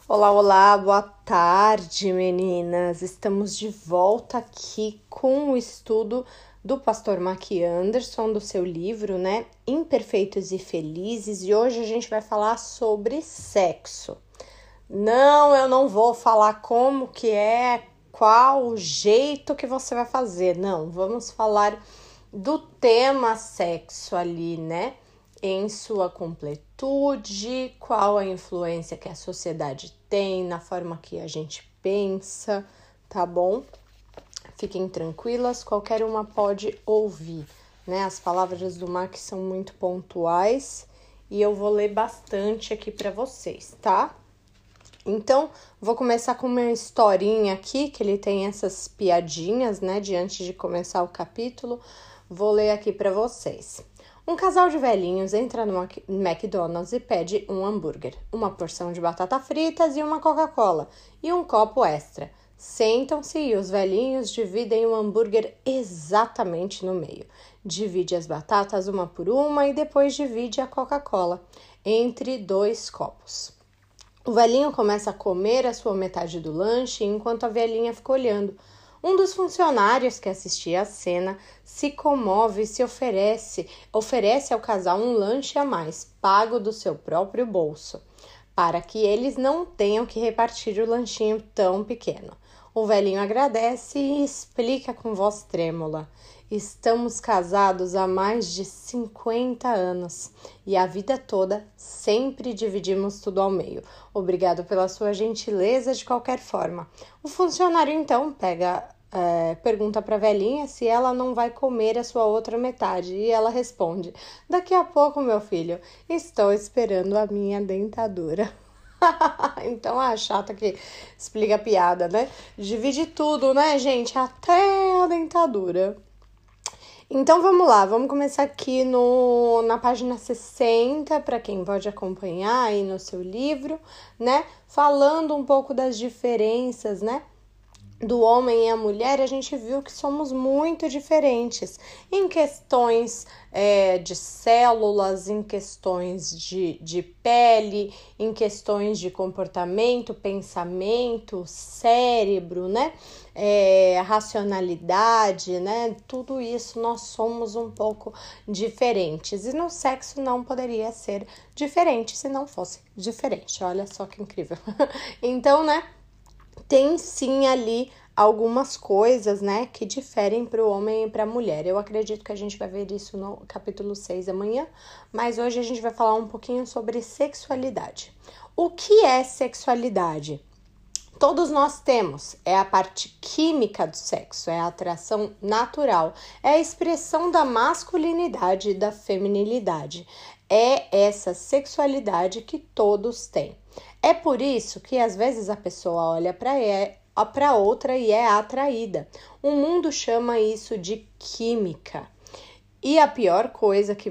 Olá, olá, boa tarde, meninas. Estamos de volta aqui com o estudo do Pastor Mac Anderson, do seu livro, né? Imperfeitos e Felizes. E hoje a gente vai falar sobre sexo. Não, eu não vou falar como que é, qual o jeito que você vai fazer. Não, vamos falar do tema sexo ali, né? Em sua completude, qual a influência que a sociedade tem na forma que a gente pensa, tá bom? Fiquem tranquilas, qualquer uma pode ouvir, né? As palavras do Mac são muito pontuais e eu vou ler bastante aqui para vocês, tá? Então, vou começar com uma historinha aqui, que ele tem essas piadinhas, né, diante de começar o capítulo. Vou ler aqui para vocês. Um casal de velhinhos entra no McDonald's e pede um hambúrguer, uma porção de batata fritas e uma Coca-Cola, e um copo extra. Sentam-se e os velhinhos dividem o hambúrguer exatamente no meio. Divide as batatas uma por uma e depois divide a Coca-Cola entre 2 copos. O velhinho começa a comer a sua metade do lanche enquanto a velhinha fica olhando. Um dos funcionários que assistia à cena se comove e se oferece ao casal um lanche a mais, pago do seu próprio bolso, para que eles não tenham que repartir o lanchinho tão pequeno. O velhinho agradece e explica com voz trêmula: estamos casados há mais de 50 anos e a vida toda sempre dividimos tudo ao meio. Obrigado pela sua gentileza de qualquer forma. O funcionário então pergunta para a velhinha se ela não vai comer a sua outra metade e ela responde: daqui a pouco, meu filho, estou esperando a minha dentadura. Então a chata que explica a piada, né? Divide tudo, né, gente? Até a dentadura. Então vamos lá, vamos começar aqui na página 60, para quem pode acompanhar aí no seu livro, né? Falando um pouco das diferenças, né? Do homem e a mulher, a gente viu que somos muito diferentes em questões de células, em questões de pele, em questões de comportamento, pensamento, cérebro, né? Racionalidade, né? Tudo isso nós somos um pouco diferentes. E no sexo não poderia ser diferente se não fosse diferente. Olha só que incrível. Então, né? Tem sim ali algumas coisas, né, que diferem para o homem e para a mulher. Eu acredito que a gente vai ver isso no capítulo 6 amanhã, mas hoje a gente vai falar um pouquinho sobre sexualidade. O que é sexualidade? Todos nós temos, é a parte química do sexo, é a atração natural, é a expressão da masculinidade e da feminilidade. É essa sexualidade que todos têm. É por isso que às vezes a pessoa olha para outra e é atraída. O mundo chama isso de química. E a pior coisa que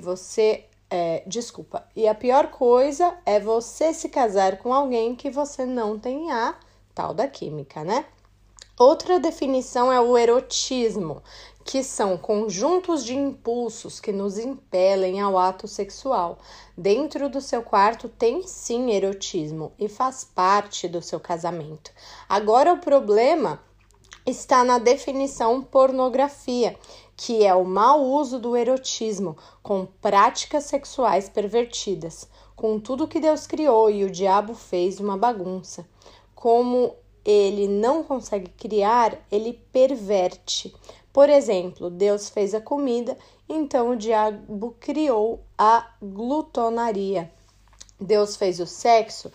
e a pior coisa é você se casar com alguém que você não tem a tal da química, né? Outra definição é o erotismo, que são conjuntos de impulsos que nos impelem ao ato sexual. Dentro do seu quarto tem sim erotismo e faz parte do seu casamento. Agora o problema está na definição pornografia, que é o mau uso do erotismo, com práticas sexuais pervertidas, com tudo que Deus criou e o diabo fez uma bagunça. Como ele não consegue criar, ele perverte. Por exemplo, Deus fez a comida, então o diabo criou a glutonaria. Deus fez o sexo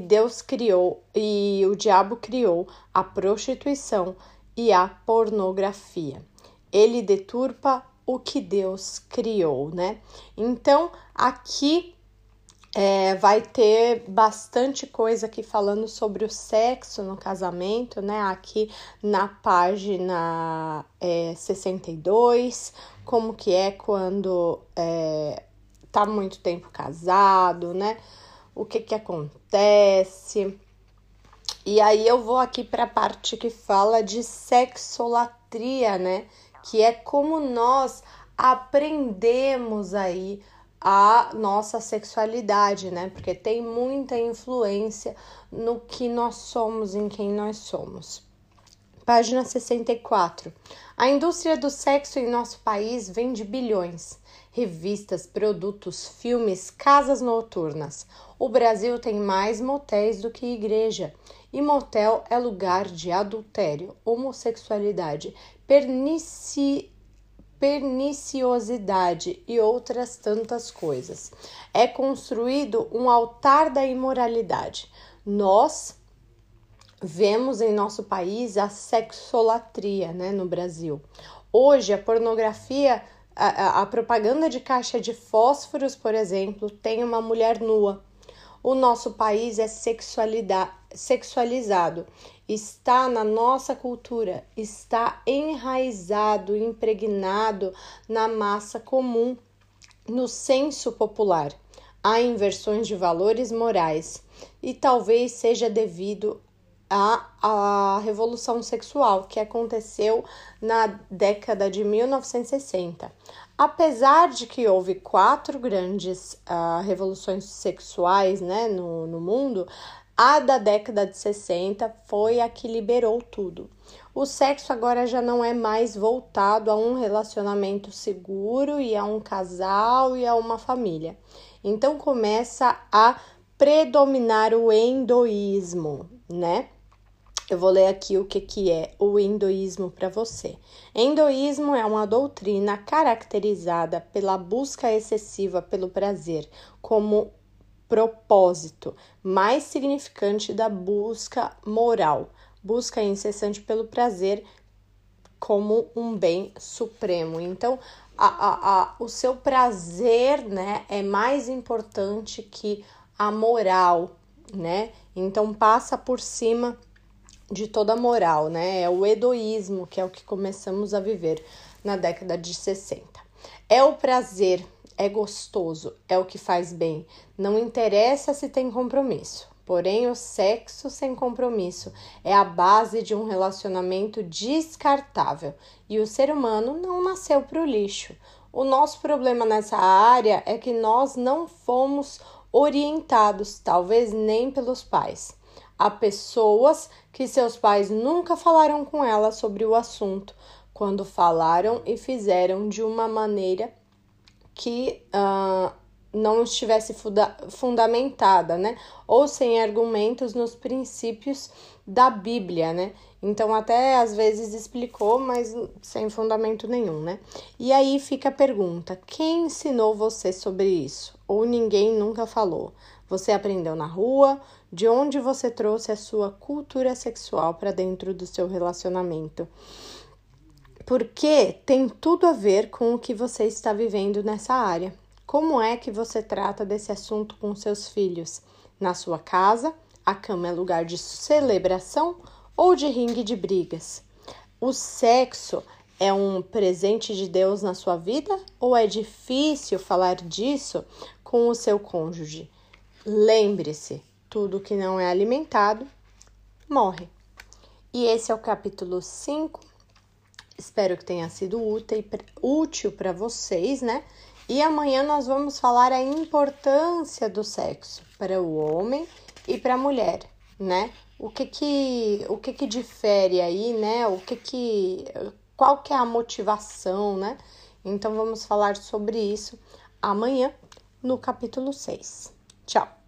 e o diabo criou a prostituição e a pornografia. Ele deturpa o que Deus criou, né? Então, aqui vai ter bastante coisa aqui falando sobre o sexo no casamento, né? Aqui na página 62, como que é quando tá muito tempo casado, né? O que acontece. E aí eu vou aqui para a parte que fala de sexolatria, né? Que é como nós aprendemos aí a nossa sexualidade, né? Porque tem muita influência no que nós somos, em quem nós somos. Página 64. A indústria do sexo em nosso país vende bilhões. Revistas, produtos, filmes, casas noturnas. O Brasil tem mais motéis do que igreja. E motel é lugar de adultério, homossexualidade, perniciosidade e outras tantas coisas. É construído um altar da imoralidade. Nós vemos em nosso país a sexolatria, né, no Brasil. Hoje, a pornografia, a propaganda de caixa de fósforos, por exemplo, tem uma mulher nua. O nosso país é sexualizado, está na nossa cultura, está enraizado, impregnado na massa comum, no senso popular. Há inversões de valores morais e talvez seja devido à revolução sexual que aconteceu na década de 1960. Apesar de que houve 4 grandes revoluções sexuais, né, no mundo, a da década de 60 foi a que liberou tudo. O sexo agora já não é mais voltado a um relacionamento seguro e a um casal e a uma família. Então começa a predominar o endoísmo, né? Eu vou ler aqui o que é o endoísmo para você. Endoísmo é uma doutrina caracterizada pela busca excessiva pelo prazer como propósito mais significante da busca moral, busca incessante pelo prazer como um bem supremo. Então, o seu prazer, né, é mais importante que a moral, né? Então, passa por cima de toda a moral, né? É o hedoísmo, que é o que começamos a viver na década de 60. É o prazer, é gostoso, é o que faz bem. Não interessa se tem compromisso. Porém, o sexo sem compromisso é a base de um relacionamento descartável. E o ser humano não nasceu para o lixo. O nosso problema nessa área é que nós não fomos orientados, talvez nem pelos pais. Há pessoas que seus pais nunca falaram com elas sobre o assunto, quando falaram e fizeram de uma maneira que não estivesse fundamentada, né? Ou sem argumentos nos princípios da Bíblia, né? Então, até às vezes explicou, mas sem fundamento nenhum, né? E aí fica a pergunta: quem ensinou você sobre isso? Ou ninguém nunca falou? Você aprendeu na rua? De onde você trouxe a sua cultura sexual para dentro do seu relacionamento? Porque tem tudo a ver com o que você está vivendo nessa área. Como é que você trata desse assunto com seus filhos? Na sua casa, a cama é lugar de celebração ou de ringue de brigas? O sexo é um presente de Deus na sua vida ou é difícil falar disso com o seu cônjuge? Lembre-se, tudo que não é alimentado morre. E esse é o capítulo 5. Espero que tenha sido útil para vocês, né? E amanhã nós vamos falar a importância do sexo para o homem e para a mulher, né? O que difere aí, né? Qual que é a motivação, né? Então vamos falar sobre isso amanhã no capítulo 6. Tchau!